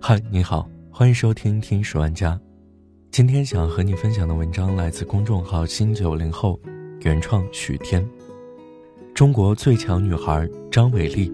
嗨，你好，欢迎收听听十万家。今天想和你分享的文章来自公众号新90后，原创许天。中国最强女孩张伟丽。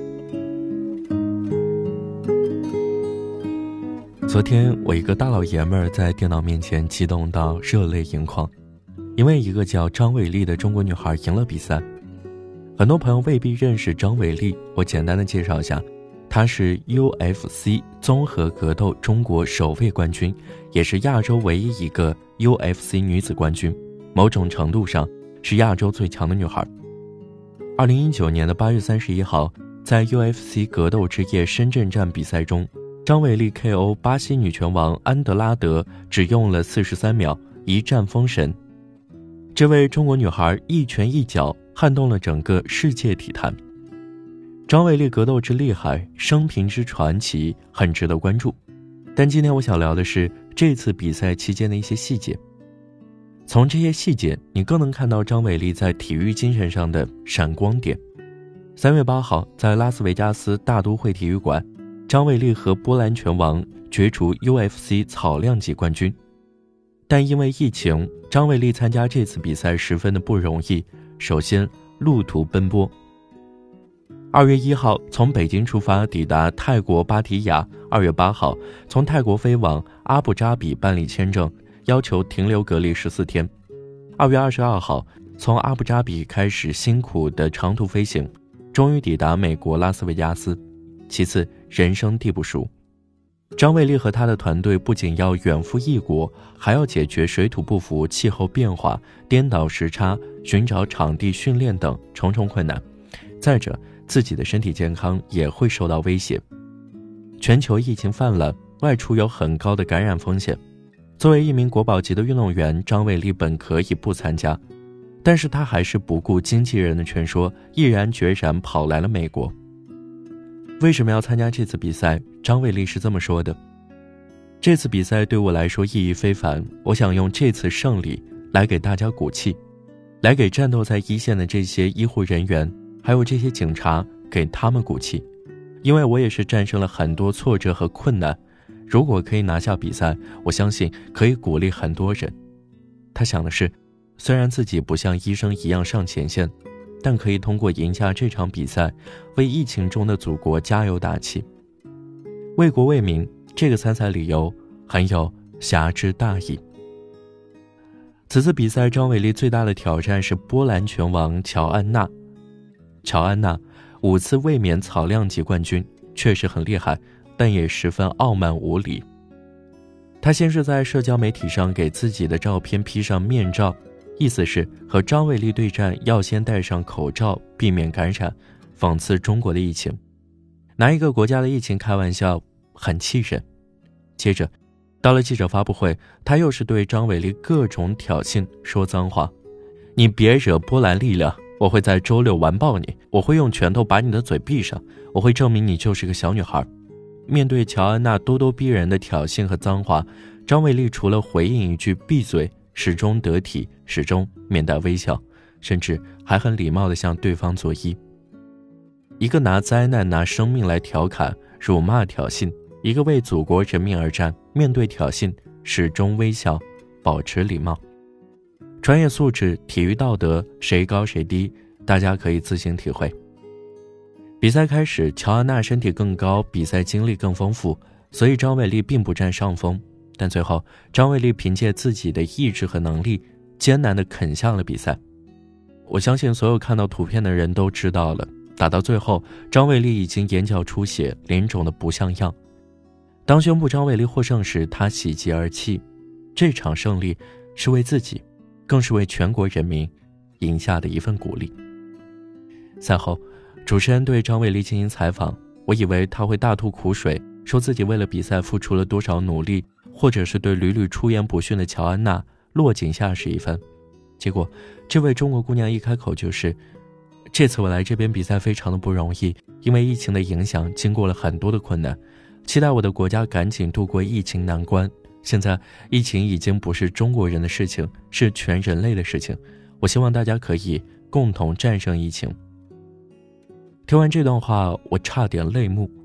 昨天我一个大老爷们儿在电脑面前激动到热泪盈眶，因为一个叫张伟丽的中国女孩赢了比赛。很多朋友未必认识张伟丽，我简单的介绍一下，她是 UFC 综合格斗中国首位冠军，也是亚洲唯一一个 UFC 女子冠军，某种程度上是亚洲最强的女孩。2019年的8月31号，在 UFC 格斗之夜深圳站比赛中，张伟丽 KO 巴西女拳王安德拉德，只用了43秒，一战封神。这位中国女孩一拳一脚撼动了整个世界体坛。张伟丽格斗之厉害，生平之传奇，很值得关注。但今天我想聊的是这次比赛期间的一些细节。从这些细节，你更能看到张伟丽在体育精神上的闪光点。3月8号，在拉斯维加斯大都会体育馆，张伟丽和波兰拳王角逐 UFC 草量级冠军。但因为疫情，张伟丽参加这次比赛十分的不容易。首先，路途奔波。2月1号从北京出发，抵达泰国芭提雅。2月8号从泰国飞往阿布扎比办理签证，要求停留隔离14天。2月22号从阿布扎比开始辛苦的长途飞行，终于抵达美国拉斯维加斯。其次，人生地不熟。张伟丽和他的团队不仅要远赴异国，还要解决水土不服、气候变化、颠倒时差、寻找场地训练等重重困难。再者，自己的身体健康也会受到威胁。全球疫情泛滥，外出有很高的感染风险。作为一名国宝级的运动员，张伟丽本可以不参加，但是他还是不顾经纪人的劝说，毅然决然跑来了美国。为什么要参加这次比赛？张伟丽是这么说的：这次比赛对我来说意义非凡，我想用这次胜利来给大家鼓气，来给战斗在一线的这些医护人员还有这些警察，给他们鼓气。因为我也是战胜了很多挫折和困难，如果可以拿下比赛，我相信可以鼓励很多人。他想的是，虽然自己不像医生一样上前线，但可以通过赢下这场比赛，为疫情中的祖国加油打气。为国为民，这个参赛理由很有侠之大义。此次比赛，张伟丽最大的挑战是波兰拳王乔安娜。乔安娜5次卫冕草量级冠军，确实很厉害，但也十分傲慢无礼。她先是在社交媒体上给自己的照片披上面罩，意思是和张伟丽对战要先戴上口罩，避免感染，讽刺中国的疫情。拿一个国家的疫情开玩笑，很气人。接着到了记者发布会，他又是对张伟丽各种挑衅，说脏话。你别惹波兰力量，我会在周6完爆你，我会用拳头把你的嘴闭上，我会证明你就是个小女孩。面对乔安娜咄咄逼人的挑衅和脏话，张伟丽除了回应一句闭嘴，始终得体，始终面带微笑，甚至还很礼貌地向对方作揖。一个拿灾难拿生命来调侃辱骂挑衅，一个为祖国人民而战，面对挑衅始终微笑，保持礼貌。专业素质、体育道德谁高谁低，大家可以自行体会。比赛开始，乔安娜身体更高，比赛经历更丰富，所以张伟丽并不占上风。但最后，张伟丽凭借自己的意志和能力，艰难地啃下了比赛。我相信所有看到图片的人都知道了，打到最后，张伟丽已经眼角出血，脸肿得不像样。当宣布张伟丽获胜时，她喜极而泣。这场胜利是为自己，更是为全国人民赢下的一份鼓励。赛后，主持人对张伟丽进行采访，我以为她会大吐苦水，说自己为了比赛付出了多少努力，或者是对屡屡出言不逊的乔安娜落井下石一番。结果这位中国姑娘一开口就是这次我来这边比赛非常的不容易，因为疫情的影响，经过了很多的困难，期待我的国家赶紧度过疫情难关。现在疫情已经不是中国人的事情，是全人类的事情，我希望大家可以共同战胜疫情。听完这段话，我差点泪目。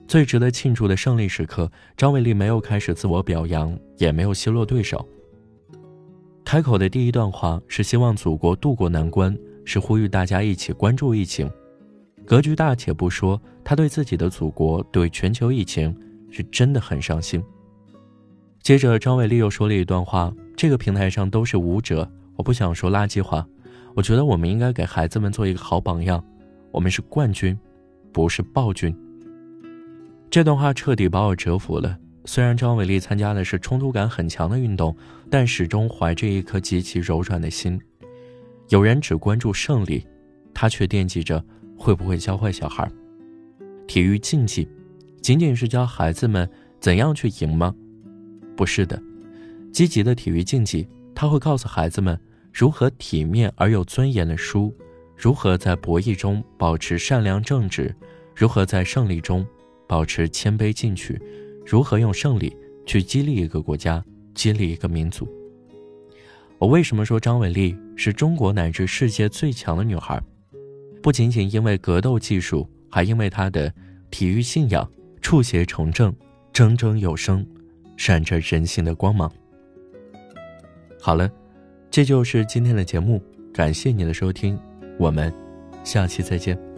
最值得庆祝的胜利时刻，张伟丽没有开始自我表扬，也没有奚落对手。开口的第一段话是希望祖国渡过难关，是呼吁大家一起关注疫情。格局大且不说，他对自己的祖国，对全球疫情是真的很上心。接着张伟丽又说了一段话，这个平台上都是舞者，我不想说垃圾话，我觉得我们应该给孩子们做一个好榜样，我们是冠军，不是暴君。这段话彻底把我折服了。虽然张伟丽参加的是冲突感很强的运动，但始终怀着一颗极其柔软的心。有人只关注胜利，他却惦记着会不会教坏小孩。体育竞技仅仅是教孩子们怎样去赢吗？不是的，积极的体育竞技，他会告诉孩子们如何体面而有尊严的输，如何在博弈中保持善良正直，如何在胜利中保持谦卑进取，如何用胜利去激励一个国家，激励一个民族。我为什么说张伟丽是中国乃至世界最强的女孩？不仅仅因为格斗技术，还因为她的体育信仰，触邪从政，铮铮有声，闪着人性的光芒。好了，这就是今天的节目，感谢你的收听，我们下期再见。